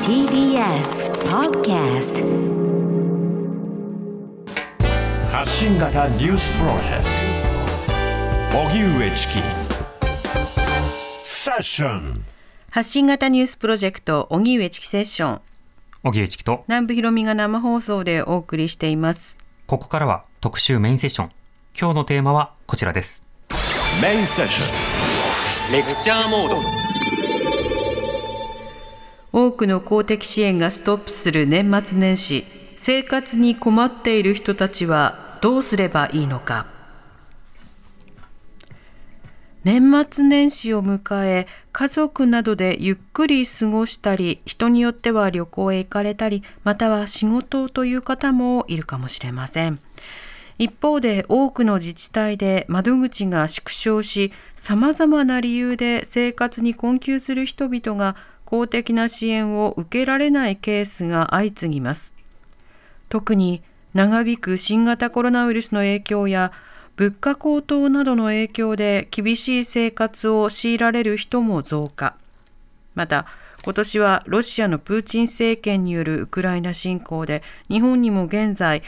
TBS Podcast 発信型ニュースプロジェクト荻上チキセッション。 発信型ニュースプロジェクト荻上チキセッション、 荻上チキと南部ひろみが生放送でお送りしています。 ここからは特集メインセッション。今日のテーマはこちらです。 メインセッションレクチャーモード。 多くの公的支援がストップする年末年始、生活に困っている人たちはどうすればいいのか。年末年始を迎え、家族などでゆっくり過ごしたり、人によっては旅行へ行かれたり、または仕事という方もいるかもしれません。一方で多くの自治体で窓口が縮小し、さまざまな理由で生活に困窮する人々が公的な支援を受けられないケースが相次ぎます。特に長引く新型コロナウイルスの影響や物価高騰などの影響で厳しい生活を強いられる人も増加。また今年はロシアのプーチン政権によるウクライナ侵攻で日本にも現在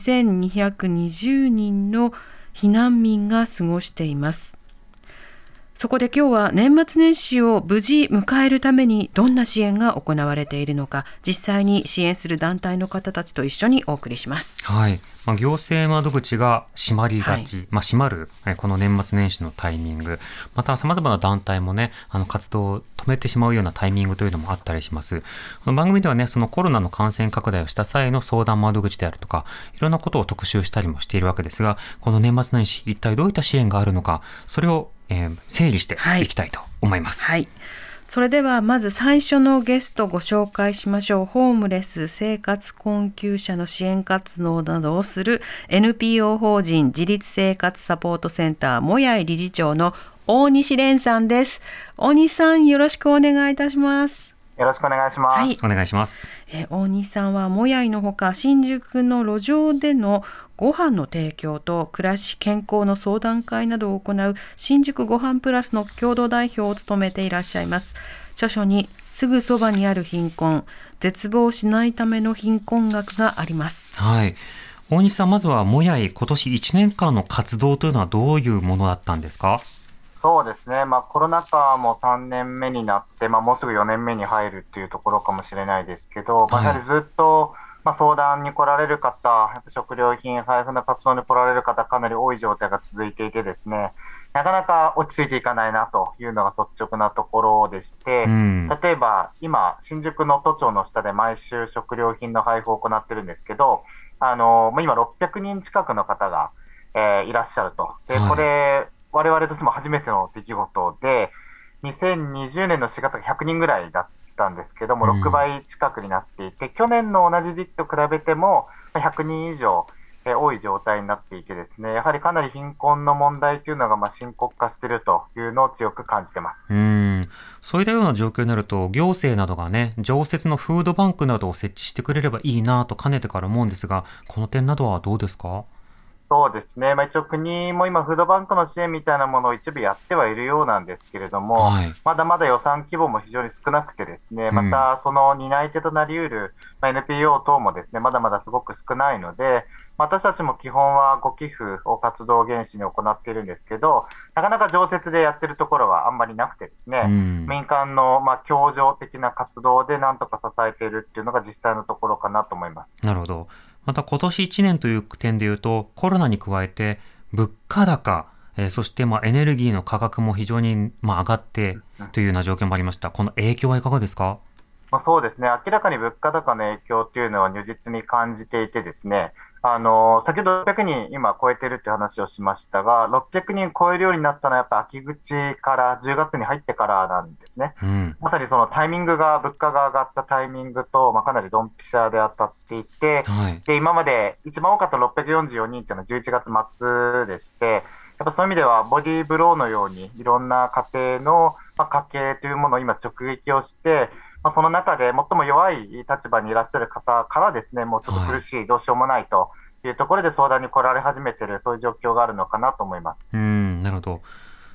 2220人の避難民が過ごしています。そこで今日は年末年始を無事迎えるためにどんな支援が行われているのか、実際に支援する団体の方たちと一緒にお送りします。 はい。行政窓口が閉まりがち、閉まるこの年末年始のタイミング、また様々な団体もね、活動を止めてしまうようなタイミングというのもあったりします。この番組ではね、そのコロナの感染拡大をした際の相談窓口であるとか、いろんなことを特集したりもしているわけですが、この年末年始一体どういった支援があるのか、それを整理していきたいと思います。 はい。それではまず最初のゲストをご紹介しましょう。ホームレス生活困窮者の支援活動などをする NPO 法人自立生活サポートセンターもやい理事長の大西蓮さんです。大西さん、よろしくお願いいたします。 よろしくお願いします。 はい、 お願いします。 大西さんはもやいのほか新宿の路上でのご飯の提供と暮らし健康の相談会などを行う新宿ごはんプラスの共同代表を務めていらっしゃいます。著書にすぐそばにある貧困、絶望しないための貧困学があります。 はい。大西さん、まずはもやい今年1年間の活動というのはどういうものだったんですか？ そうですね、コロナ禍も3年目になって、もうすぐ4年目に入るっていうところかもしれないですけど、やはりずっと、相談に来られる方、やっぱ食料品配布の活動に来られる方、かなり多い状態が続いていてですね、なかなか落ち着いていかないなというのが率直なところでして、例えば今、新宿の都庁の下で毎週食料品の配布を行ってるんですけど、今600人近くの方が、いらっしゃると。で、これ、我々としても初めての出来事で、2020年の4月が100人ぐらいだったんですけども、6倍近くになっていて、去年の同じ時期と比べても100人以上多い状態になっていてですね、やはりかなり貧困の問題というのが深刻化しているというのを強く感じてます。 そういったような状況になると、行政などがね、常設のフードバンクなどを設置してくれればいいなとかねてから思うんですが、この点などはどうですか？ そうですね、一応国も今フードバンクの支援みたいなものを一部やってはいるようなんですけれども、まだまだ予算規模も非常に少なくてですね、またその担い手となり得る、NPO 等もですね、まだまだすごく少ないので、私たちも基本はご寄付を活動原資に行っているんですけど、なかなか常設でやってるところはあんまりなくてですね、民間の協情的な活動でなんとか支えているっていうのが実際のところかなと思います。 なるほど。また今年1年という点でいうと、コロナに加えて物価高、そしてエネルギーの価格も非常に上がってというような状況もありました。この影響はいかがですか？ そうですね、明らかに物価高の影響というのは如実に感じていてですね、先ほど600人今超えているという話をしましたが、600人超えるようになったのはやっぱ秋口から10月に入ってからなんですね。まさにそのタイミングが、物価が上がったタイミングと、かなりドンピシャで当たっていて、で今まで一番多かった644人というのは11月末でして、やっぱそういう意味ではボディーブローのようにいろんな家庭の家計というものを今直撃をして、その中で最も弱い立場にいらっしゃる方からですね、もうちょっと苦しい、どうしようもないというところで相談に来られ始めている、そういう状況があるのかなと思います。 なるほど。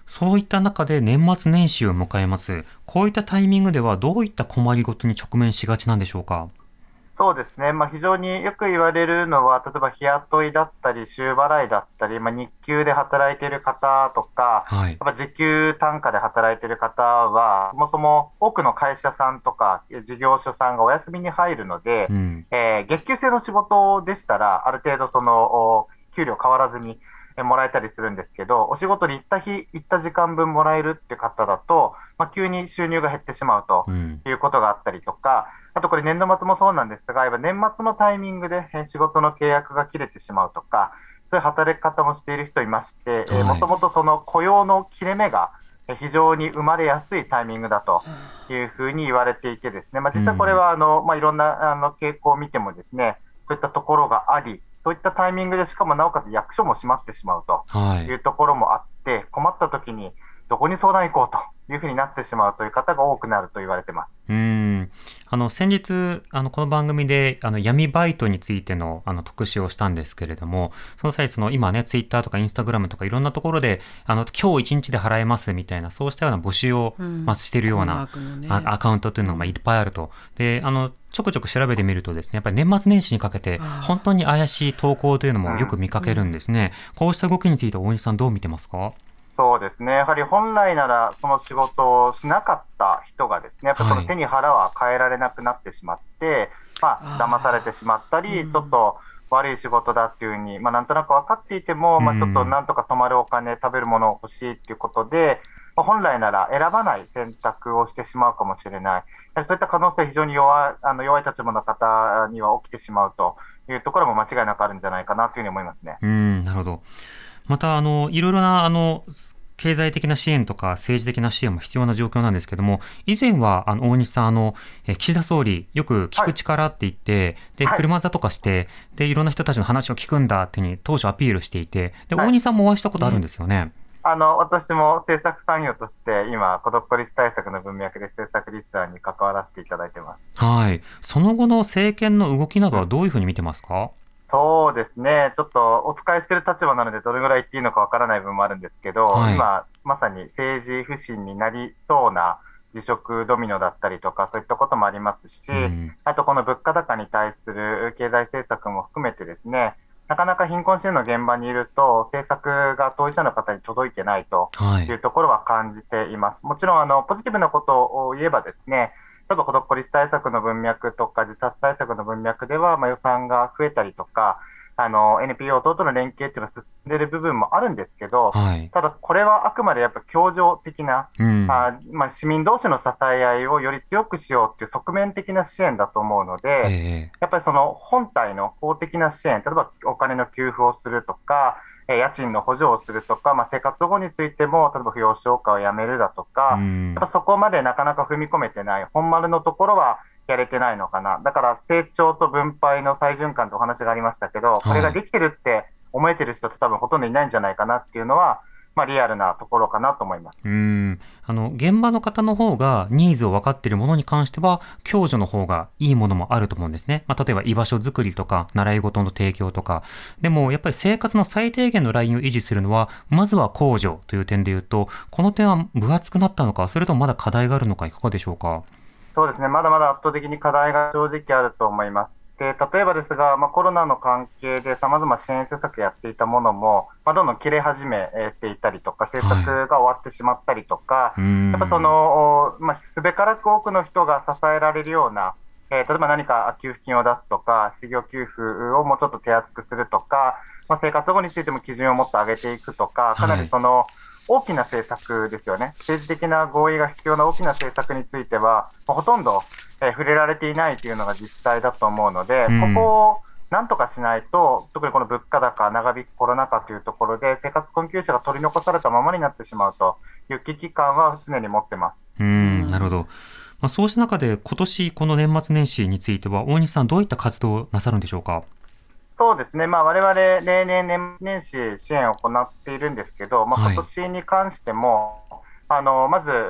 そういった中で年末年始を迎えます。こういったタイミングではどういった困りごとに直面しがちなんでしょうか？ そうですね、非常によく言われるのは、例えば日雇いだったり、週払いだったり、日給で働いている方とか、 はい。 やっぱ時給単価で働いている方は、そもそも多くの会社さんとか事業所さんがお休みに入るので、 うん。 月給制の仕事でしたら、ある程度給料変わらずにもらえたりするんですけど、お仕事に行った日、行った時間分もらえるって方だと、急に収入が減ってしまうとうん。 いうことがあったりとか、あとこれ年度末もそうなんですが、やっぱ年末のタイミングで仕事の契約が切れてしまうとか、そういう働き方もしている人いまして、もはい。 ともとその雇用の切れ目が非常に生まれやすいタイミングだというふうに言われていてですね、実際これはいろんな傾向を見てもですね、そういったところがあり、そういったタイミングでしかもなおかつ役所も閉まってしまうとはい。 いうところもあって、困った時にどこに相談行こうというふうになってしまうという方が多くなると言われています。 うーん。先日、この番組で、闇バイトについての、特集をしたんですけれども、その際、今ね、ツイッターとかインスタグラムとかいろんなところで、今日一日で払えますみたいな、そうしたような募集を、しているような、 困惑のね。 アカウントというのがいっぱいあると。で、ちょくちょく調べてみるとですね、やっぱり年末年始にかけて、本当に怪しい投稿というのもよく見かけるんですね。こうした動きについて大西さんどう見てますか？ そうですね、やはり本来ならその仕事をしなかった人がですね、やっぱりその背に腹は変えられなくなってしまって、騙されてしまったり、ちょっと悪い仕事だっていうふうに、なんとなく分かっていても、ちょっとなんとか泊まるお金、食べるものを欲しいっていうことで、本来なら選ばない選択をしてしまうかもしれない。やはりそういった可能性、非常に弱い立場の方には起きてしまうというところも間違いなくあるんじゃないかなというふうに思いますね。 なるほど。また、いろいろな、経済的な支援とか政治的な支援も必要な状況なんですけども、以前は大西さん岸田総理よく聞く力って言って、ではい、 車座とかしてでいろんな人たちの話を聞くんだっていうふうに当初アピールしていて、ではい、 大西さんもお会いしたことあるんですよね。 私も政策産業として今、孤独・孤立対策の文脈で政策立案に関わらせていただいています。 はい。その後の政権の動きなどはどういうふうに見てますか？ そうですね、ちょっとお使いしている立場なので、どれぐらい言っていいのかわからない部分もあるんですけど、 はい。 今、まさに政治不信になりそうな辞職ドミノだったりとか、そういったこともありますし、あとこの物価高に対する経済政策も含めてですね、なかなか貧困支援の現場にいると、政策が当事者の方に届いてないとはい。 いうところは感じています。もちろんポジティブなことを言えばですね、例えば孤独・孤立対策の文脈とか自殺対策の文脈では、予算が増えたりとか、NPO 等との連携っていうのは進んでいる部分もあるんですけど、 はい。 ただこれはあくまでやっぱ協情的な、市民同士の支え合いをより強くしようっていう側面的な支援だと思うので、 ええ。 やっぱりその本体の公的な支援、例えばお金の給付をするとか、家賃の補助をするとか、生活保護についても、例えば扶養消化をやめるだとか、やっぱそこまでなかなか踏み込めてない、本丸のところはやれてないのかな。だから成長と分配の再循環とお話がありましたけど、これができてるって思えてる人って多分ほとんどいないんじゃないかなっていうのは、リアルなところかなと思います。 現場の方の方がニーズを分かっているものに関しては共助の方がいいものもあると思うんですね。例えば居場所づくりとか習い事の提供とか。でもやっぱり生活の最低限のラインを維持するのはまずは公助という点で言うと、この点は分厚くなったのか、それともまだ課題があるのか、いかがでしょうか？ そうですね、まだまだ圧倒的に課題が正直あると思います。で、例えばですが、コロナの関係でさまざま支援施策やっていたものも、どんどん切れ始めていたりとか、政策が終わってしまったりとか、やっぱすべからく多くの人が支えられるような、例えば何か給付金を出すとか、失業給付をもうちょっと手厚くするとか、生活保護についても基準をもっと上げていくとか、かなり大きな政策ですよね。政治的な合意が必要な大きな政策については、ほとんど、触れられていないというのが実態だと思うので、ここをなんとかしないと、特にこの物価高、長引くコロナ禍というところで、生活困窮者が取り残されたままになってしまうという危機感は常に持ってます。 なるほど。そうした中で、今年この年末年始については、大西さんどういった活動をなさるんでしょうか？ そうですね、我々例年年末年始支援を行っているんですけど、今年に関しても、まず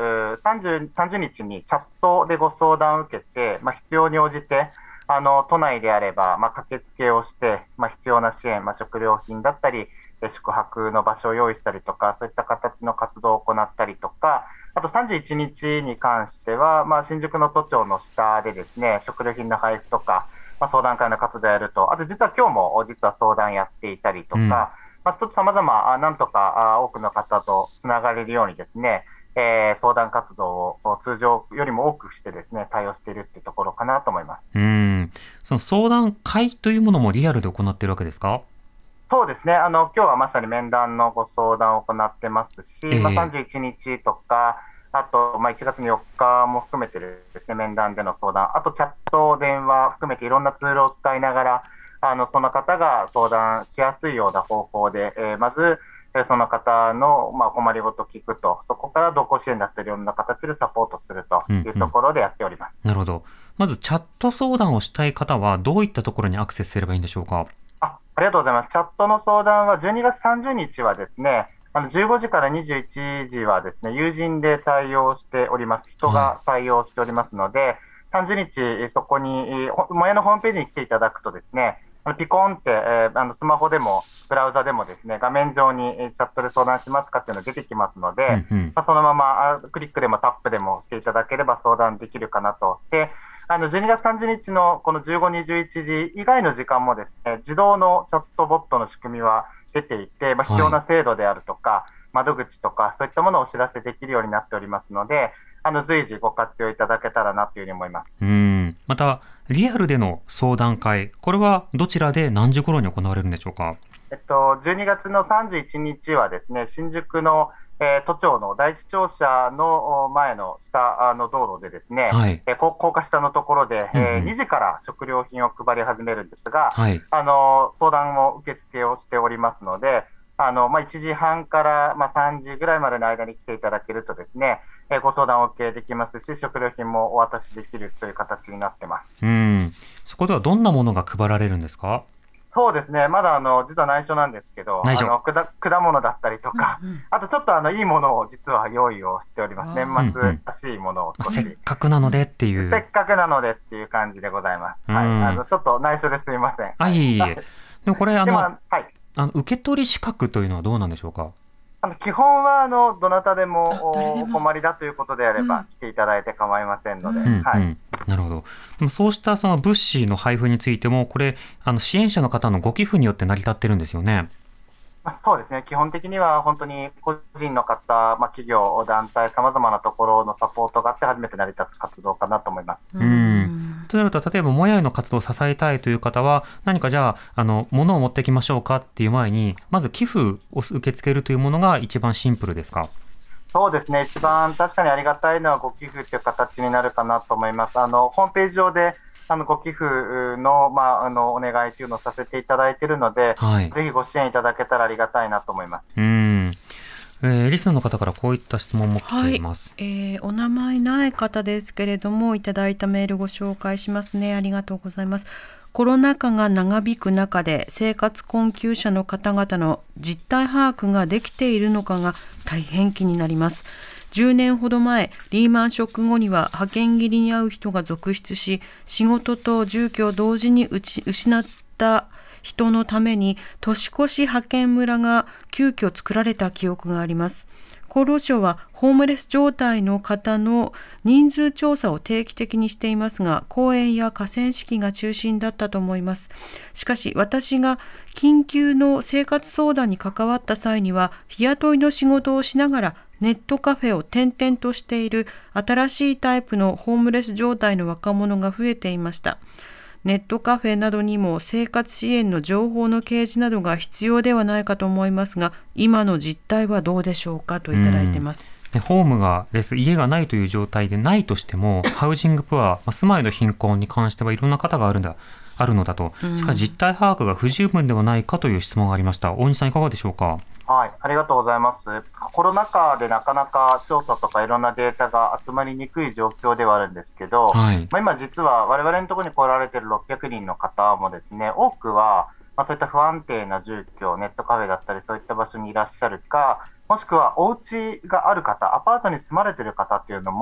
30日にチャットでご相談を受けて、必要に応じて都内であれば、駆けつけをして、必要な支援、食料品だったり、 宿泊の場所を用意したりとか、そういった形の活動を行ったりとか、あと31日に関しては、新宿の都庁の下でですね、食料品の配布とか、相談会の活動をやると、あと実は今日も実は相談やっていたりとか、様々なんとか多くの方とつながれるようにですね、相談活動を通常よりも多くしてですね、対応しているっていうところかなと思います。 その相談会というものもリアルで行っているわけですか？ そうですね。今日はまさに面談のご相談を行ってますし、31日とか、あと、1月の4日も含めてですね、面談での相談、あとチャット、電話含めていろんなツールを使いながら、その方が相談しやすいような方法で、まず、その方の困りごとを聞くと、そこから同行支援だったり、いろんな形でサポートするというところでやっております。 なるほど。まず、チャット相談をしたい方は、どういったところにアクセスすればいいんでしょうか？ ありがとうございます。チャットの相談は12月30日はですね、15時から21時はですね、友人で対応しております。人が対応しておりますので、30日、そこに、もやのホームページに来ていただくとですね、ピコンって、スマホでも、ブラウザでもですね、画面上にチャットで相談しますかっていうのが出てきますので、そのままクリックでもタップでもしていただければ相談できるかなと。で、12月30日のこの15、21時以外の時間もですね、自動のチャットボットの仕組みは出ていて、必要な制度であるとか、窓口とか、そういったものをお知らせできるようになっておりますので、随時ご活用いただけたらなというふうに思います。 また、リアルでの相談会、これはどちらで何時頃に行われるんでしょうか ？12月の31日はですね、新宿の都庁の第一庁舎の前の下の道路でですね、高架下のところで、2時から食料品を配り始めるんですが、相談を受付をしておりますので、1時半から3時ぐらいまでの間に来ていただけるとですね、ご相談を受けできますし、食料品もお渡しできるという形になってます。 そこではどんなものが配られるんですか？ そうですね、まだ実は内緒なんですけど、果物だったりとか、あとちょっといいものを実は用意をしております。年末らしいものを少し、 せっかくなのでっていう。 せっかくなのでっていう感じでございます。ちょっと内緒ですみません。 いいえ。でもこれ受け取り資格というのはどうなんでしょうか？ 基本はどなたでもお困りだということであれば来ていただいて構いませんので。 なるほど。でもそうしたその物資の配布についても、これ支援者の方のご寄付によって成り立ってるんですよね。 そうですね。基本的には本当に個人の方、企業、団体、さまざまなところのサポートがあって初めて成り立つ活動かなと思います。 となると、例えばもやいの活動を支えたいという方は、何かじゃあ物を持ってきましょうかっていう前に、まず寄付を受け付けるというものが一番シンプルですか？ そうですね。一番確かにありがたいのはご寄付という形になるかなと思います。ホームページ上でご寄付の、お願いというのをさせていただいているので、ぜひご支援いただけたらありがたいなと思います。 リスナーの方からこういった質問も来ています。 お名前ない方ですけれども、いただいたメールご紹介しますね。ありがとうございます。コロナ禍が長引く中で生活困窮者の方々の実態把握ができているのかが大変気になります。10年ほど前、リーマンショック後には派遣切りに遭う人が続出し、仕事と住居を同時に失った人のために年越し派遣村が急遽作られた記憶があります。厚労省はホームレス状態の方の人数調査を定期的にしていますが、講演や河川敷が中心だったと思います。しかし私が緊急の生活相談に関わった際には、日雇いの仕事をしながらネットカフェを転々としている新しいタイプのホームレス状態の若者が増えていました。ネットカフェなどにも生活支援の情報の掲示などが必要ではないかと思いますが、今の実態はどうでしょうかといただいてます。 ホームが家がないという状態でないとしても、ハウジングプア、住まいの貧困に関してはいろんな方があるのだと、しかし実態把握が不十分ではないかという質問がありました。大西さんいかがでしょうか？ はい、ありがとうございます。コロナ禍でなかなか調査とかいろんなデータが集まりにくい状況ではあるんですけど、今実は我々のところに来られている600人の方もですね、多くはそういった不安定な住居、ネットカフェだったりそういった場所にいらっしゃるか、もしくはお家がある方、アパートに住まれている方っていうのも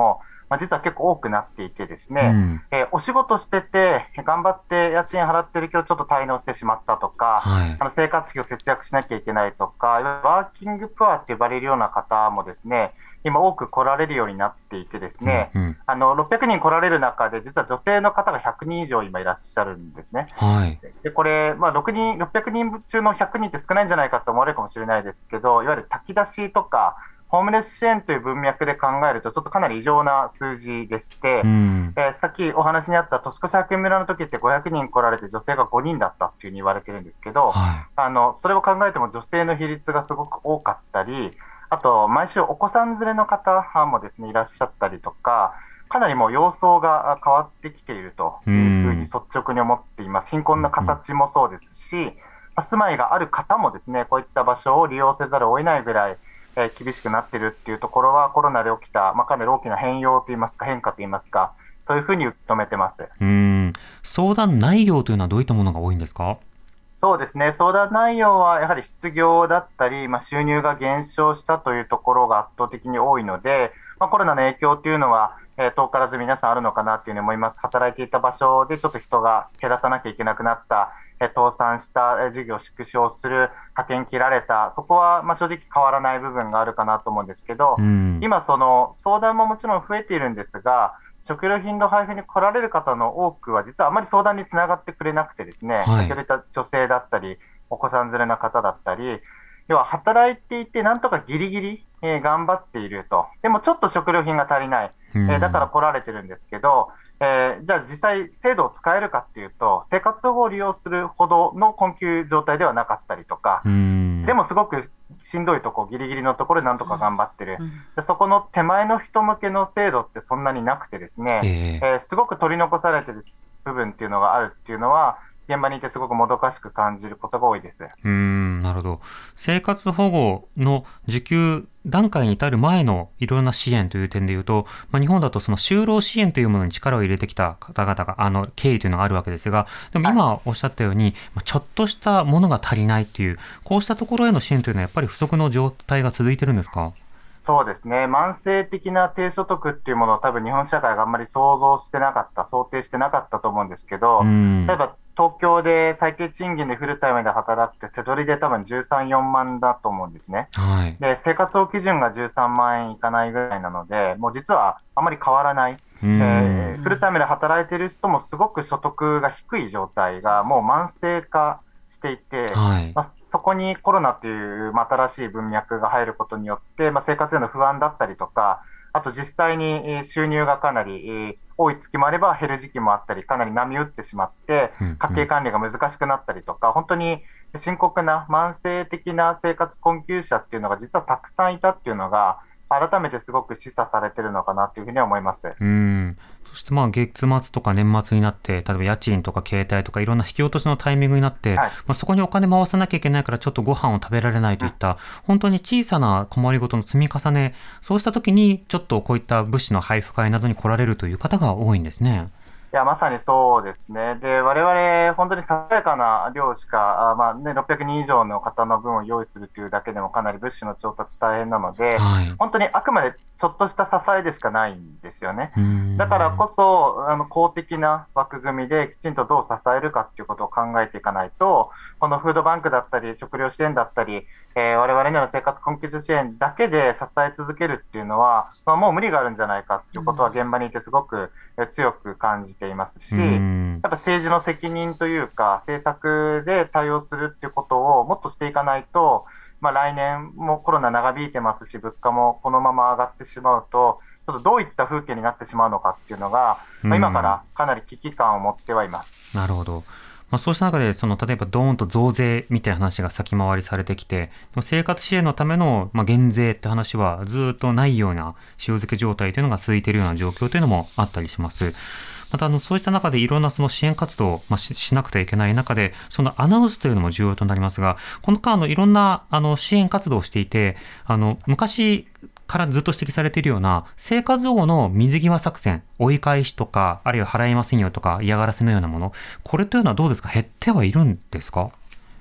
実は結構多くなっていてですね、お仕事してて、頑張って家賃払ってるけど、ちょっと滞納してしまったとか、生活費を節約しなきゃいけないとか、ワーキングプアって呼ばれるような方もですね、今多く来られるようになっていてですね、600人来られる中で、実は女性の方が100人以上今いらっしゃるんですね。でこれ、600人中の100人って少ないんじゃないかと思われるかもしれないですけど、いわゆる炊き出しとか、ホームレス支援という文脈で考えると、ちょっとかなり異常な数字でして、さっきお話にあった年越し派遣村の時って500人来られて女性が5人だったっていうふうに言われてるんですけど、それを考えても女性の比率がすごく多かったり、あと毎週お子さん連れの方もですね、いらっしゃったりとか、かなりもう様相が変わってきているというふうに率直に思っています。貧困の形もそうですし、住まいがある方もですね、こういった場所を利用せざるを得ないぐらい厳しくなっているっていうところは、コロナで起きた、かなり大きな変容といいますか、変化といいますか、そういうふうに受け止めてます。 相談内容というのはどういったものが多いんですか？ そうですね、相談内容はやはり失業だったり、収入が減少したというところが圧倒的に多いので、コロナの影響というのは、遠からず皆さんあるのかなというふうに思います。働いていた場所でちょっと人が減らさなきゃいけなくなった、倒産した事業縮小する、派遣切られた、そこは正直変わらない部分があるかなと思うんですけど、今その相談ももちろん増えているんですが、食料品の配布に来られる方の多くは実はあまり相談につながってくれなくてですね、先ほど言った女性だったりお子さん連れの方だったり、要は働いていてなんとかギリギリ、頑張っていると、でもちょっと食料品が足りない、だから来られてるんですけど、じゃあ実際制度を使えるかっていうと、生活保護を利用するほどの困窮状態ではなかったりとか、でもすごくしんどいとこ、ギリギリのところでなんとか頑張ってる、でそこの手前の人向けの制度ってそんなになくてですね、すごく取り残されてる部分っていうのがあるっていうのは、現場にいてすごくもどかしく感じることが多いです。 なるほど。生活保護の受給段階に至る前のいろんな支援という点でいうと、日本だとその就労支援というものに力を入れてきた方々が経緯というのがあるわけですが、でも今おっしゃったように、ちょっとしたものが足りないっていう、こうしたところへの支援というのはやっぱり不足の状態が続いてるんですか？ そうですね、慢性的な低所得っていうものを多分日本社会があんまり想像してなかった、想定してなかったと思うんですけど、例えば東京で最低賃金でフルタイムで働くって手取りで多分13、4万だと思うんですね。で生活保護基準が13万円いかないぐらいなので、もう実はあまり変わらない、フルタイムで働いている人もすごく所得が低い状態がもう慢性化していて、そこにコロナという新しい文脈が入ることによって、生活への不安だったりとか、あと実際に収入がかなり多い月もあれば減る時期もあったり、かなり波打ってしまって家計管理が難しくなったりとか、本当に深刻な慢性的な生活困窮者っていうのが実はたくさんいたっていうのが改めてすごく示唆されているのかなというふうに思います。 そして月末とか年末になって、例えば家賃とか携帯とかいろんな引き落としのタイミングになって、そこにお金回さなきゃいけないからちょっとご飯を食べられないといった、本当に小さな困りごとの積み重ね、そうした時にちょっとこういった物資の配布会などに来られるという方が多いんですね。 いやまさにそうですね。で我々本当にささやかな量しか、600人以上の方の分を用意するというだけでもかなり物資の調達大変なので、本当にあくまでちょっとした支えでしかないんですよね。だからこそ公的な枠組みできちんとどう支えるかということを考えていかないと、このフードバンクだったり食料支援だったり、我々のような生活困窮支援だけで支え続けるっていうのは、もう無理があるんじゃないかということは現場にいてすごく強く感じていますし、やっぱ政治の責任というか政策で対応するっていうことをもっとしていかないと、来年もコロナ長引いてますし、物価もこのまま上がってしまうと、ちょっとどういった風景になってしまうのかっていうのが、今からかなり危機感を持ってはいます。 なるほど。そうした中で例えばドーンと増税みたいな話が先回りされてきて、生活支援のための減税って話はずっとないような塩漬け状態というのが続いているような状況というのもあったりします。またそういった中でいろんな支援活動をしなくてはいけない中で、そのアナウンスというのも重要となりますが、この間いろんな支援活動をしていて、昔からずっと指摘されているような生活保護の水際作戦、追い返しとか、あるいは払いませんよとか嫌がらせのようなもの、これというのはどうですか？減ってはいるんですか？ そ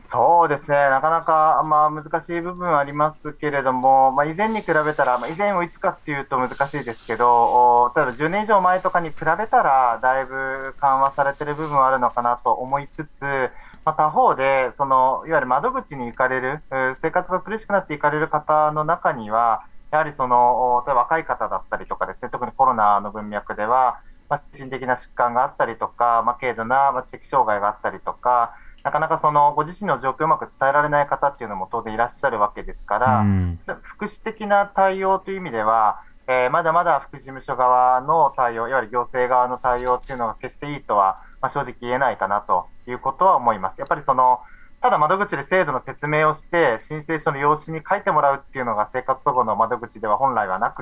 そうですね、なかなか、難しい部分はありますけれども、以前に比べたら、以前をいつかっていうと難しいですけど、例えば10年以上前とかに比べたら、だいぶ緩和されている部分はあるのかなと思いつつ、他方で、いわゆる窓口に行かれる、生活が苦しくなって行かれる方の中には、やはり例えば若い方だったりとかですね、特にコロナの文脈では、精神的な疾患があったりとか、軽度な知的障害があったりとか、なかなかご自身の状況をうまく伝えられない方っていうのも当然いらっしゃるわけですから、福祉的な対応という意味では、まだまだ福祉事務所側の対応、いわゆる行政側の対応っていうのが決していいとは、正直言えないかなということは思います。やっぱりただ窓口で制度の説明をして申請書の用紙に書いてもらうっていうのが生活保護の窓口では本来はなくって、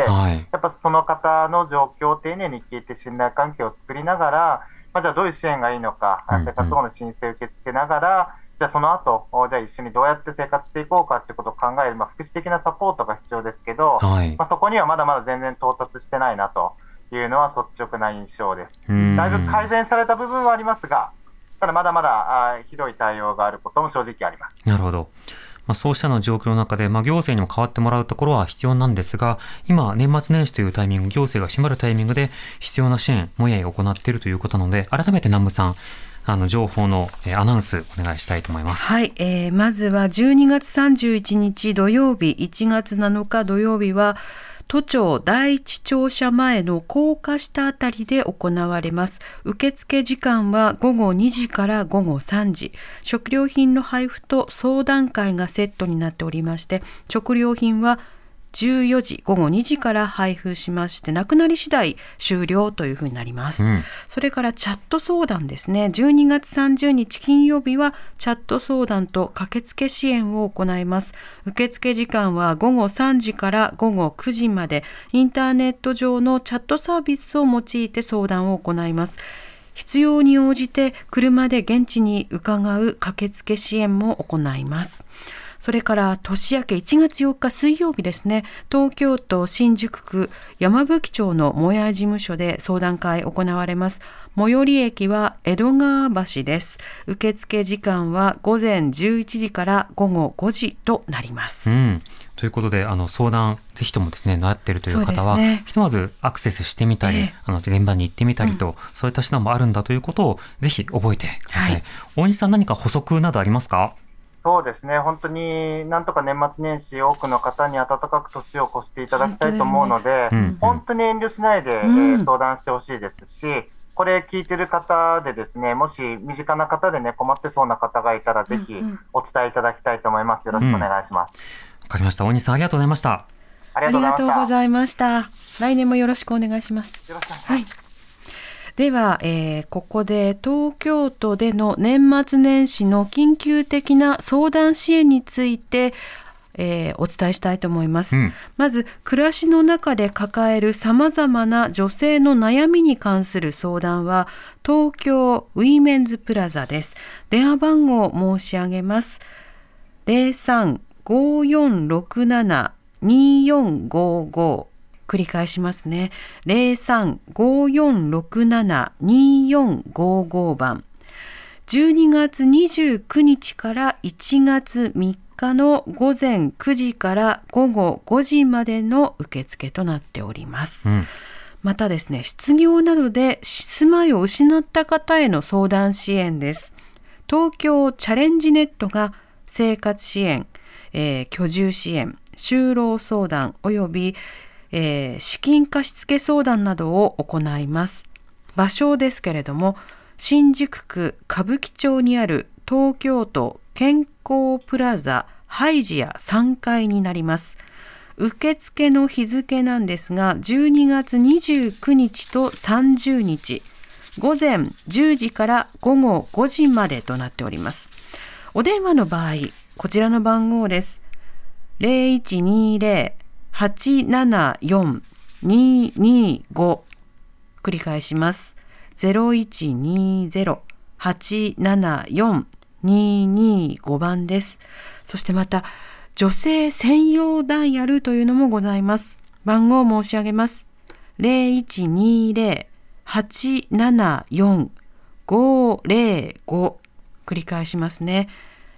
やっぱその方の状況を丁寧に聞いて信頼関係を作りながら、じゃあどういう支援がいいのか、生活保護の申請を受け付けながら、じゃあその後、じゃあ一緒にどうやって生活していこうかってことを考える、福祉的なサポートが必要ですけど、そこにはまだまだ全然到達してないなというのは率直な印象です。だいぶ改善された部分はありますが、ただまだまだひどい対応があることも正直あります。 なるほど。そうしたの状況の中で、行政にも変わってもらうところは必要なんですが、今、年末年始というタイミング、行政が閉まるタイミングで必要な支援、もやい行っているということなので、改めて南部さん、情報のアナウンスお願いしたいと思います。 はい、まずは12月31日土曜日、1月7日土曜日は、都庁第一庁舎前の高架下あたりで行われます。受付時間は午後2時から午後3時。食料品の配布と相談会がセットになっておりまして、食料品は14時、午後2時から配布しまして、なくなり次第終了というふうになります。それからチャット相談ですね。12月30日金曜日はチャット相談と駆けつけ支援を行います。受付時間は午後3時から午後9時まで、インターネット上のチャットサービスを用いて相談を行います。必要に応じて車で現地に伺う駆けつけ支援も行います。それから年明け1月4日水曜日ですね、東京都新宿区山吹町のもやい事務所で相談会行われます。最寄り駅は江戸川橋です。受付時間は午前11時から午後5時となります。 ということで、相談ぜひともですね、なっているという方は、ひとまずアクセスしてみたり、現場に行ってみたりと、そういった手段もあるんだということをぜひ覚えてください。大西さん、何か補足などありますか？ そうですね、本当になんとか年末年始多くの方に温かく年を越していただきたいと思うので、本当に遠慮しないで、相談してほしいですし、これ聞いてる方でですね、もし身近な方でね、困ってそうな方がいたらぜひお伝えいただきたいと思います。よろしくお願いします。 わかりました。大西さん、ありがとうございました。 ありがとうございました。 来年もよろしくお願いします。 よろしくお願いします。はい。 では、ここで東京都での年末年始の緊急的な相談支援について、お伝えしたいと思います。まず、暮らしの中で抱えるさまざまな女性の悩みに関する相談は東京ウィメンズプラザです。電話番号を申し上げます。03-5467-2455、繰り返しますね。03-5467-2455番。12月29日から1月3日の午前9時から午後5時までの受付となっております。またですね、失業などで住まいを失った方への相談支援です。東京チャレンジネットが生活支援、居住支援、就労相談および資金貸付相談などを行います。場所ですけれども、新宿区歌舞伎町にある東京都健康プラザハイジア3階になります。受付の日付なんですが、12月29日と30日、午前10時から午後5時までとなっております。お電話の場合、こちらの番号です。0120-874-225、繰り返します。0120-874-225番です。そしてまた女性専用ダイヤルというのもございます。番号を申し上げます。0120-874-505、繰り返しますね。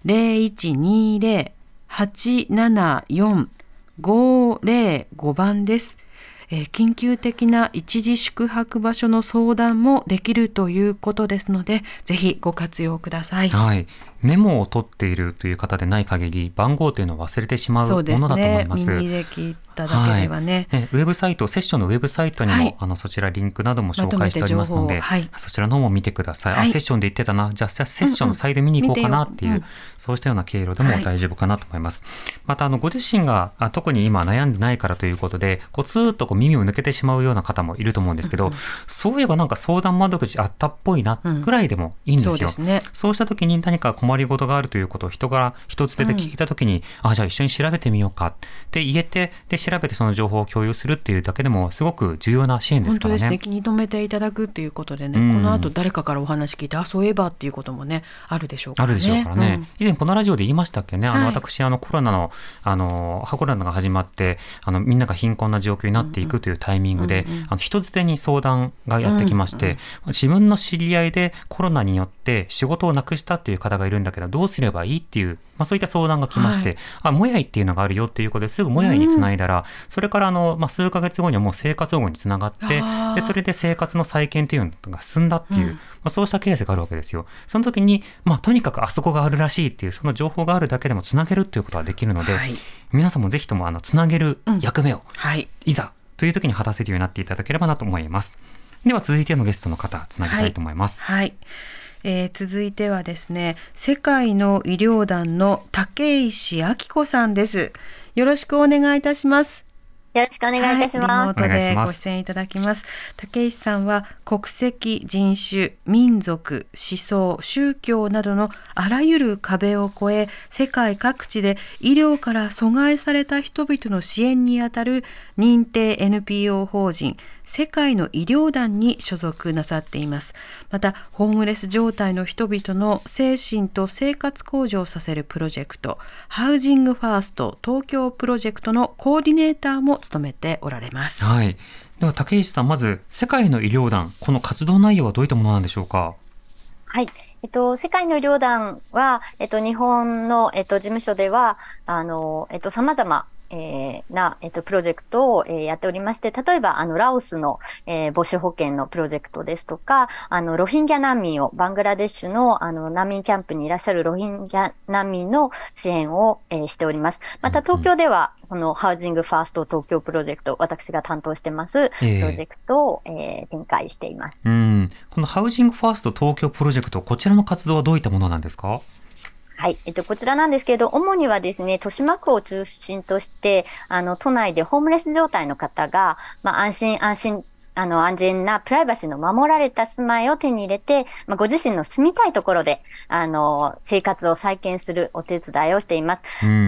0120-874-505番です。緊急的な一時宿泊場所の相談もできるということですので、ぜひご活用ください。 はい、メモを取っているという方でない限り番号というのを忘れてしまうものだと思います。 耳で聞いただけではね、 ウェブサイト、セッションのウェブサイトにも、そちらリンクなども紹介しておりますので、そちらの方も見てください。セッションで言ってたな、じゃあセッションのサイト見に行こうかなっていう、そうしたような経路でも大丈夫かなと思います。またご自身が特に今悩んでないからということでずーっと耳を抜けてしまうような方もいると思うんですけど、そういえばなんか相談窓口あったっぽいなぐらいでもいいんですよ。そうですね。そうした時に何か困りごとがあるということを人から一つ出て聞いた時に、じゃあ一緒に調べてみようかって言えて、で調べてその情報を共有するっていうだけでもすごく重要な支援ですからね。 本当ですね。気に留めていただくっていうことでね、この後誰かからお話聞いて、そういえばっていうこともねあるでしょうからね。 あるでしょうからね。以前このラジオで言いましたっけね。私コロナのコロナが始まってみんなが貧困な状況になっていくというタイミングで、人づてに相談がやってきまして、自分の知り合いでコロナによって仕事をなくしたっていう方がいるんだけどどうすればいいっていう、そういった相談が来まして、もやいっていうのがあるよっていうことですぐもやいにつないだら、それから数ヶ月後にはもう生活保護につながって、でそれで生活の再建っていうのが進んだっていう、そうしたケースがあるわけですよ。その時に、とにかくあそこがあるらしいっていうその情報があるだけでもつなげるっていうことができるので、皆さんもぜひともつなげる役目を、いざという時に果たせるようになっていただければなと思います。では続いてのゲストの方つなぎたいと思います。 続いてはですね、世界の医療団の竹石明子さんです。よろしくお願いいたします。 よろしくお願いいたします。 リモートでご出演いただきます。竹石さんは国籍、人種、民族、思想、宗教などのあらゆる壁を越え、世界各地で医療から阻害された人々の支援にあたる認定 NPO 法人世界の医療団に所属なさっています。またホームレス状態の人々の精神と生活向上させるプロジェクト、ハウジングファースト東京プロジェクトのコーディネーターも務めておられます。 では竹石さん、まず世界の医療団、この活動内容はどういったものなんでしょうか。 世界の医療団は、日本の、事務所では様々な、プロジェクトを、やっておりまして、例えばラオスの、母子保健のプロジェクトですとか、ロヒンギャ難民をバングラデシュの難民キャンプにいらっしゃるロヒンギャ難民の支援を、しております。また東京ではこのハウジングファースト東京プロジェクト、私が担当してますプロジェクトを、展開しています。 このハウジングファースト東京プロジェクト、こちらの活動はどういったものなんですか。 こちらなんですけれど、主にはですね、豊島区を中心として、都内でホームレス状態の方が、安心安全なプライバシーの守られた住まいを手に入れて、ご自身の住みたいところで、生活を再建するお手伝いをしています。もう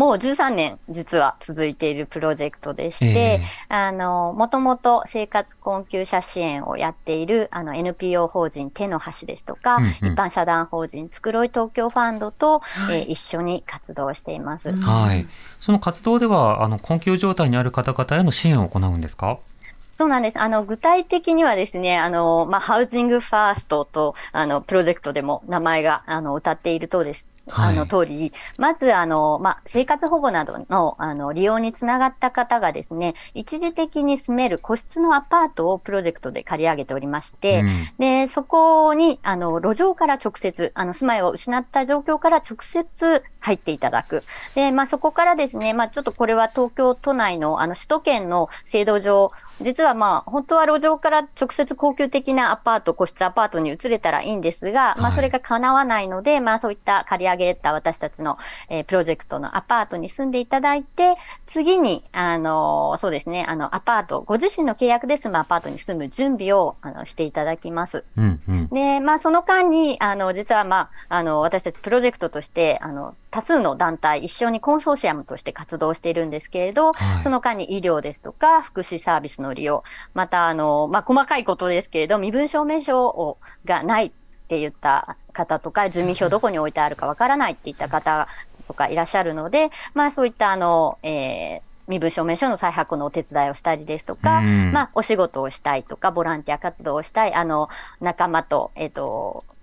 13年実は続いているプロジェクトでして、もともと生活困窮者支援をやっているNPO 法人手の橋ですとか、一般社団法人つくろい東京ファンドと、一緒に活動しています。 その活動では困窮状態にある方々への支援を行うんですか。 そうなんです。具体的にはですね、ハウジングファーストと、プロジェクトでも名前が、謳っているとです。通り、まず生活保護などの利用につながった方がですね、一時的に住める個室のアパートをプロジェクトで借り上げておりまして、でそこに路上から直接住まいを失った状況から直接入っていただく。でそこからですね、ちょっとこれは東京都内の首都圏の制度上、実は本当は路上から直接高級的なアパート、個室アパートに移れたらいいんですが、それが叶わないので、そういった借り上げた私たちの、プロジェクトのアパートに住んでいただいて、次に、そうですね、アパート、ご自身の契約で住むアパートに住む準備をしていただきます。で、その間に、実は私たちプロジェクトとして、多数の団体一緒にコンソーシアムとして活動しているんですけれど、その間に医療ですとか福祉サービスの利用、また細かいことですけれど身分証明書がないって言った方とか、住民票どこに置いてあるかわからないって言った方とかいらっしゃるので、そういった身分証明書の再発行のお手伝いをしたりですとか、お仕事をしたいとかボランティア活動をしたい仲間と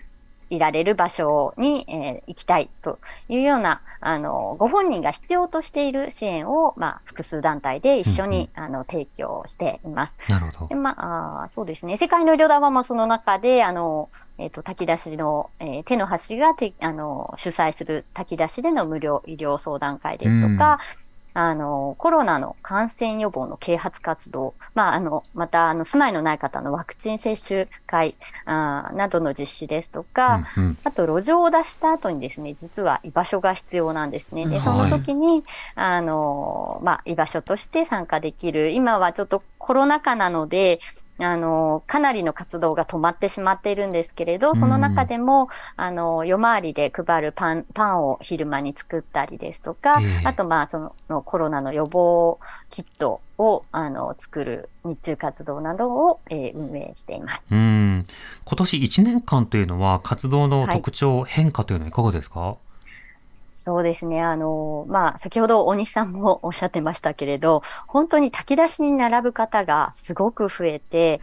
いられる場所に、行きたいというようなご本人が必要としている支援を、複数団体で一緒に、提供しています。 なるほど。 でそうですね、世界の医療団はその中で炊き出しの、手の端が主催する炊き出しでの無料医療相談会ですとか、コロナの感染予防の啓発活動、また住まいのない方のワクチン接種会などの実施ですとか、あと路上を出した後にですね、実は居場所が必要なんですね。で、その時に、居場所として参加できる、今はちょっとコロナ禍なので、かなりの活動が止まってしまっているんですけれど、その中でも、夜回りで配るパンを昼間に作ったりですとか、あと、そのコロナの予防キットを、作る日中活動などを、運営しています。 今年1年間というのは、活動の特徴、変化というのはいかがですか？ そうですね。先ほど大西さんもおっしゃってましたけれど、本当に炊き出しに並ぶ方がすごく増えて、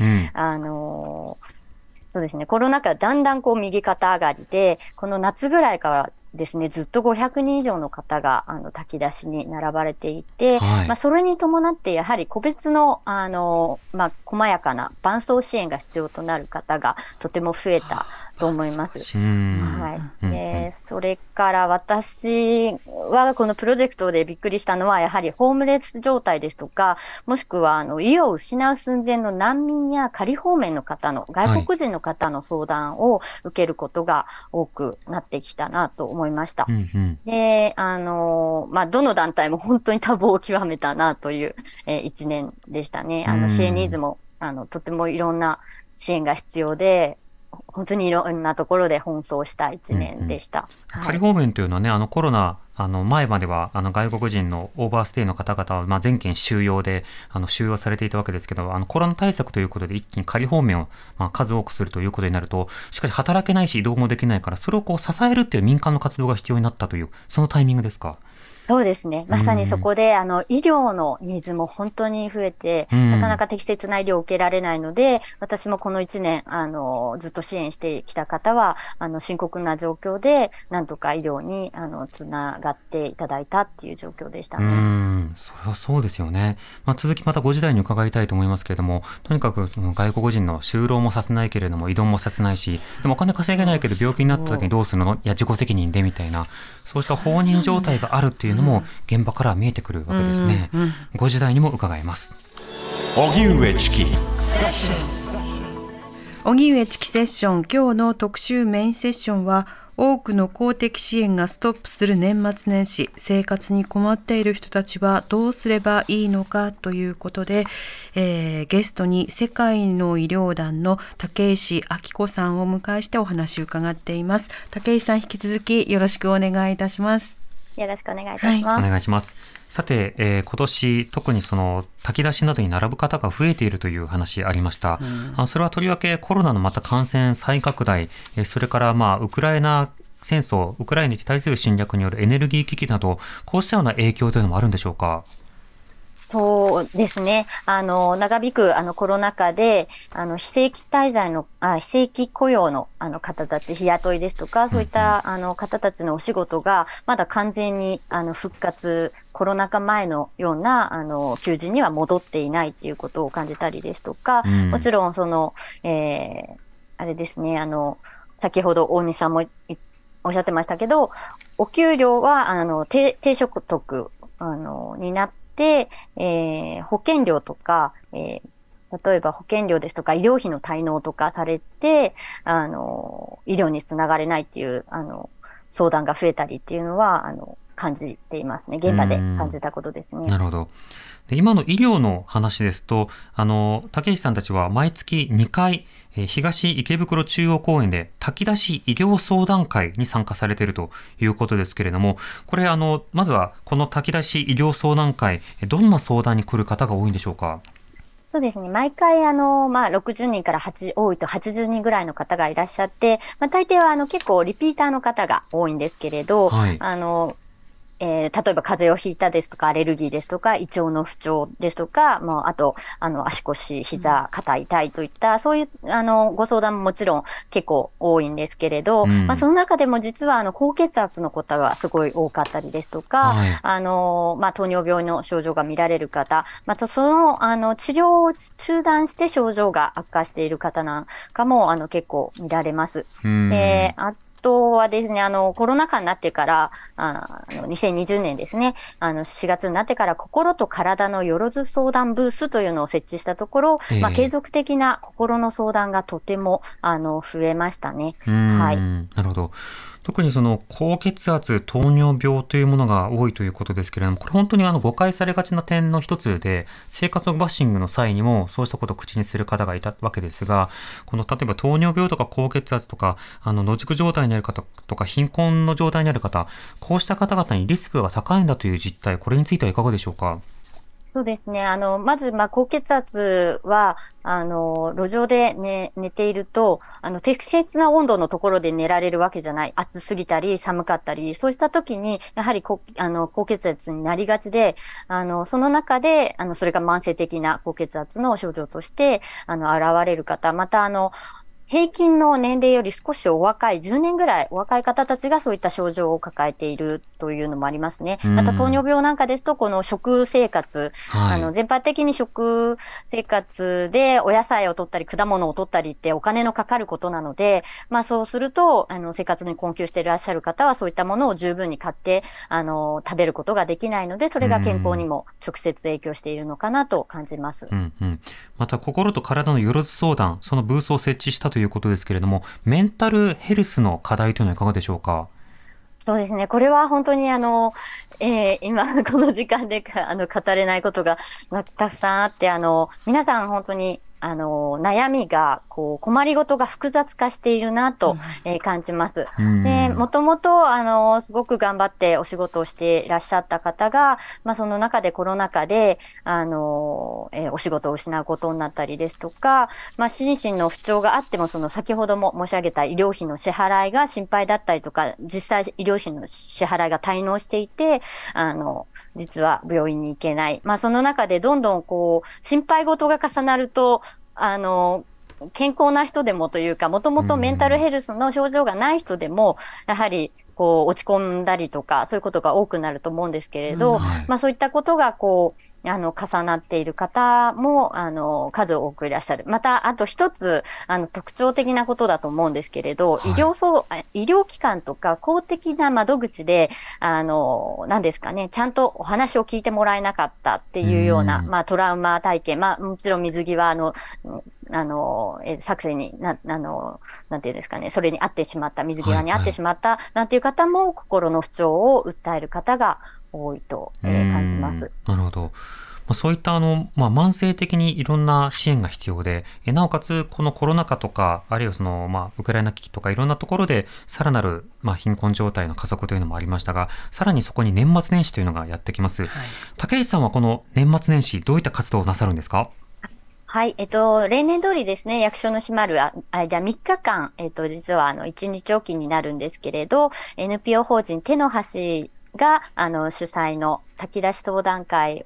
そうですね、コロナ禍だんだん右肩上がりで、この夏ぐらいからですね、ずっと500人以上の方が炊き出しに並ばれていて、それに伴ってやはり個別の細やかな伴走支援が必要となる方がとても増えたと思います。それから私はこのプロジェクトでびっくりしたのは、やはりホームレス状態ですとか、もしくは家を失う寸前の難民や仮放免の方の外国人の方の相談を受けることが多くなってきたなと思いました。で、どの団体も本当に多忙を極めたなという、一年でしたね。支援ニーズもとてもいろんな支援が必要で、本当にいろんなところで奔走した一年でした。 仮放免というのはね、コロナ前までは外国人のオーバーステイの方々は全県収容で収容されていたわけですけど、コロナ対策ということで一気に仮放免を数多くするということになると、しかし働けないし移動もできないから、それを支えるっていう民間の活動が必要になったという、そのタイミングですか？ そうですね。まさにそこで、医療のニーズも本当に増えて、なかなか適切な医療を受けられないので、私もこの1年、ずっと支援してきた方は、深刻な状況で、なんとか医療に、つながっていただいたっていう状況でしたね。 それはそうですよね。続きまたご時代に伺いたいと思いますけれども、とにかくその外国人の就労もさせないけれども、移動もさせないし、でもお金稼げないけど病気になった時にどうするの？いや、自己責任でみたいな、そうした放任状態があるっていうのも現場からは見えてくるわけですね。ご時代にも伺います。 荻上チキ荻上チキセッション、今日の特集メインセッションは、多くの公的支援がストップする年末年始、生活に困っている人たちはどうすればいいのかということで、ゲストに世界の医療団の竹石明子さんをお迎えしてお話を伺っています。竹石さん、引き続きよろしくお願いいたします。 よろしくお願いいたします。 お願いします。さて、今年特にその炊き出しなどに並ぶ方が増えているという話ありました。それはとりわけコロナのまた感染再拡大、それからウクライナ戦争、ウクライナに対する侵略によるエネルギー危機など、こうしたような影響というのもあるんでしょうか？ そうですね。長引くコロナ禍で、非正規滞在の、非正規雇用の方たち、日雇いですとか、そういった方たちのお仕事が、まだ完全に復活、コロナ禍前のような求人には戻っていないっていうことを感じたりですとか、もちろんあれですね、先ほど大西さんもおっしゃってましたけど、お給料は低所得になって、保険料とか、例えば保険料ですとか医療費の滞納とかされて、医療につながれないっていう相談が増えたりっていうのは感じていますね。現場で感じたことですね。 なるほど。で、今の医療の話ですと、竹石さんたちは毎月2回、東池袋中央公園で炊き出し医療相談会に参加されているということですけれども、これまずはこの炊き出し医療相談会、どんな相談に来る方が多いんでしょうか？ そうですね。毎回60人から多いと80人ぐらいの方がいらっしゃって、大抵は結構リピーターの方が多いんですけれど、 例えば風邪をひいたですとか、アレルギーですとか、胃腸の不調ですとか、あと、足腰、膝、肩痛いといった、そういう、ご相談ももちろん結構多いんですけれど、その中でも実は、高血圧の方がすごい多かったりですとか、 はい、 糖尿病の症状が見られる方、またその、治療を中断して症状が悪化している方なんかも、結構見られます。あとはですね、コロナ禍になってから、2020年ですね、4月になってから心と体のよろず相談ブースというのを設置したところ、継続的な心の相談がとても、増えましたね。はい。 なるほど。特にその高血圧、糖尿病というものが多いということですけれども、これ本当に誤解されがちな点の一つで、生活バッシングの際にもそうしたことを口にする方がいたわけですが、この例えば糖尿病とか高血圧とか、野宿状態にある方とか貧困の状態にある方、こうした方々にリスクが高いんだという実態、これについてはいかがでしょうか。 そうですね。まず、高血圧は、路上で、寝ていると、適切な温度のところで寝られるわけじゃない。暑すぎたり、寒かったり、そうした時に、やはり高血圧になりがちで、その中で、それが慢性的な高血圧の症状として、現れる方、また、平均の年齢より少しお若い、10年ぐらいお若い方たちがそういった症状を抱えているというのもありますね。また糖尿病なんかですと、この食生活、全般的に食生活でお野菜を取ったり果物を取ったりってお金のかかることなので、そうすると、生活に困窮していらっしゃる方はそういったものを十分に買って、食べることができないので、それが健康にも直接影響しているのかなと感じます。 また、心と体のよろず相談、そのブースを設置したということですけれども、メンタルヘルスの課題というのはいかがでしょうか。 そうですね。これは本当に今この時間で語れないことがたくさんあって、皆さん本当に悩みが困りごとが複雑化しているなと、感じます。で、もともとすごく頑張ってお仕事をしていらっしゃった方が、その中でコロナ禍でお仕事を失うことになったりですとか、心身の不調があっても先ほども申し上げた医療費の支払いが心配だったりとか、実際医療費の支払いが滞納していて、実は病院に行けない。その中でどんどん心配事が重なると、健康な人でもというか、もともとメンタルヘルスの症状がない人でも、やはり、落ち込んだりとか、そういうことが多くなると思うんですけれど、そういったことが、重なっている方も、数多くいらっしゃる。また、あと一つ、特徴的なことだと思うんですけれど、医療機関とか公的な窓口で、何ですかね、ちゃんとお話を聞いてもらえなかったっていうような、トラウマ体験、もちろん水際作戦になんていうんですかね、それに遭ってしまった、水際に遭ってしまった、なんていう方も、心の不調を訴える方が多いと、感じます。 なるほど。そういった慢性的にいろんな支援が必要で、なおかつこのコロナ禍とか、あるいはウクライナ危機とかいろんなところでさらなる貧困状態の加速というのもありましたが、さらにそこに年末年始というのがやってきます。竹内さんはこの年末年始どういった活動をなさるんですか？ はい、例年通りですね、役所の閉まる間3日間、実は1日おきになるんですけれど、NPO 法人手の端が主催の炊き出し相談会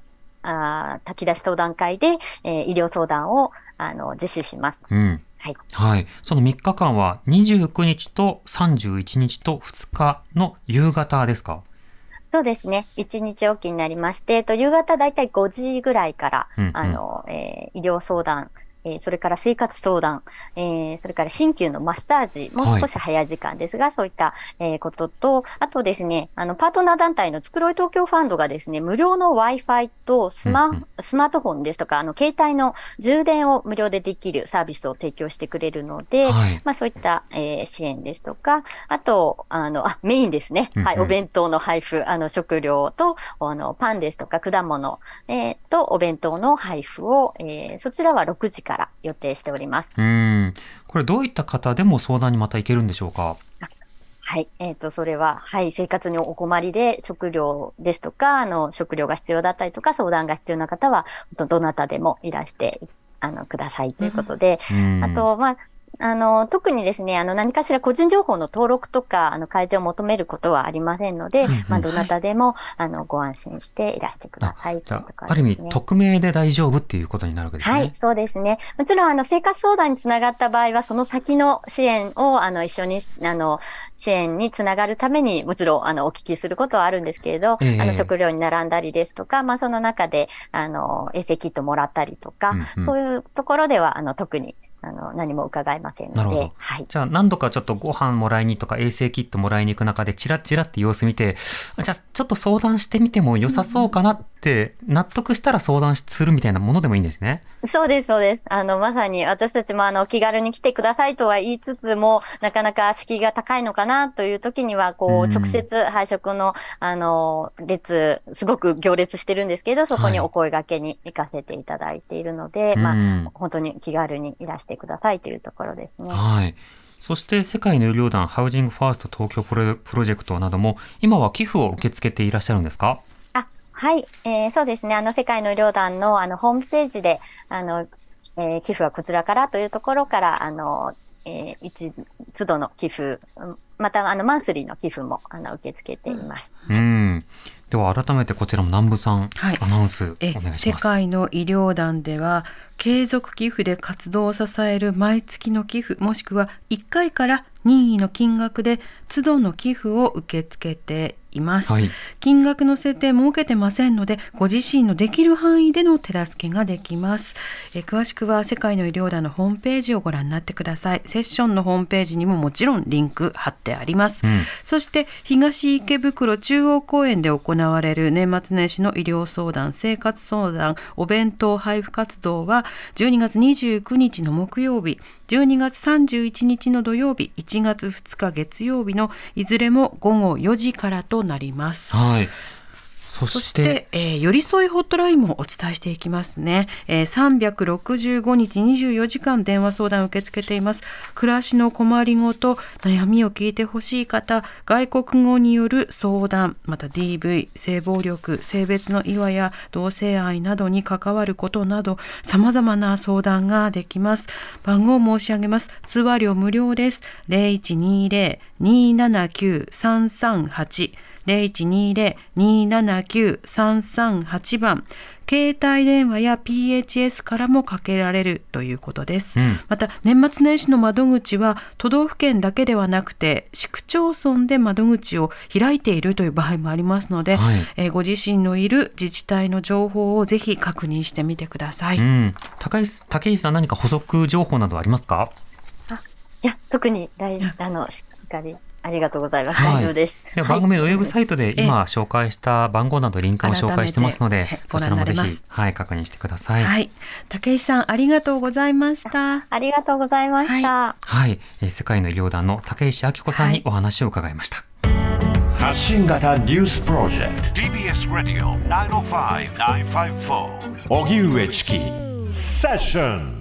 で、医療相談を実施します。 はい。その3日間は29日と31日と2日の夕方ですか？ そうですね。1日おきになりまして、夕方だいたい5時ぐらいから、医療相談、それから生活相談、それから鍼灸のマッサージ、もう少し早い時間ですが、そういった、ことと、あとですね、パートナー団体のつくろい東京ファンドがですね、無料の Wi-Fi とスマートフォンですとか、携帯の充電を無料でできるサービスを提供してくれるので、そういった、支援ですとか、あと、メインですね。お弁当の配布、食料と、パンですとか果物、とお弁当の配布を、そちらは6時から予定しております。 これどういった方でも相談にまた行けるんでしょうか？ はい。それは、生活にお困りで食料ですとか、食料が必要だったりとか、相談が必要な方は、どなたでもいらして、くださいということで、あと、 特にですね、何かしら個人情報の登録とか、開示を求めることはありませんので、どなたでも、ご安心していらしてくださいというところですね。 ある意味、匿名で大丈夫っていうことになるわけですね。はい、 そうですね。もちろん、生活相談につながった場合は、その先の支援を、一緒に、支援につながるために、もちろん、お聞きすることはあるんですけれど、食料に並んだりですとか、その中で、衛生キットもらったりとか、そういうところでは、特に、何も伺いませんので。 なるほど。はい、じゃあ何度かちょっとご飯もらいにとか衛生キットもらいに行く中でチラッチラって様子見て、じゃあちょっと相談してみても良さそうかなって納得したら相談するみたいなものでもいいんですね。 そうです、そうです。まさに私たちも気軽に来てくださいとは言いつつも、なかなか敷居が高いのかなという時には、直接配食の、すごく行列してるんですけど、そこにお声掛けに行かせていただいているので、本当に気軽にいらしてくださいというところですね。 はい。そして世界の医療団ハウジングファースト東京プロジェクトなども今は寄付を受け付けていらっしゃるんですか？ はい、そうですね。世界の医療団のホームページで寄付はこちらからというところから都度の寄付、またマンスリーの寄付も受け付けています。 では改めてこちらも南部さん、アナウンスお願いします。 世界の医療団では継続寄付で活動を支える毎月の寄付もしくは1回から任意の金額で都度の寄付を受け付けています、金額の設定設けてませんのでご自身のできる範囲での手助けができます。詳しくは世界の医療団のホームページをご覧になってください。セッションのホームページにももちろんリンク貼ってあります、そして東池袋中央公園で行われる年末年始の医療相談生活相談お弁当配布活動は12月29日の木曜日、12月31日の土曜日、1月2日月曜日のいずれも午後4時からとなります。そして、寄り添いホットラインもお伝えしていきますね。365日24時間電話相談を受け付けています。暮らしの困りごと、悩みを聞いてほしい方、外国語による相談、また DV、性暴力、性別の違和や同性愛などに関わることなど、様々な相談ができます。番号を申し上げます。通話料無料です。0120-279-338 0120-279-338 番、携帯電話や PHS からもかけられるということです、また年末年始の窓口は都道府県だけではなくて市区町村で窓口を開いているという場合もありますので、ご自身のいる自治体の情報をぜひ確認してみてください。 竹石さん、何か補足情報などありますか？ いや、特にしっかりありがとうございます。大丈夫です。 では番組のウェブサイトで今紹介した番号などリンクも紹介してますので、そちらもぜひ、確認してください。 竹石さん、ありがとうございました。 ありがとうございました。 世界の医療団の竹石明子さんにお話を伺いました。 発信型ニュースプロジェクト TBS ラジオ905-954荻上チキセッション。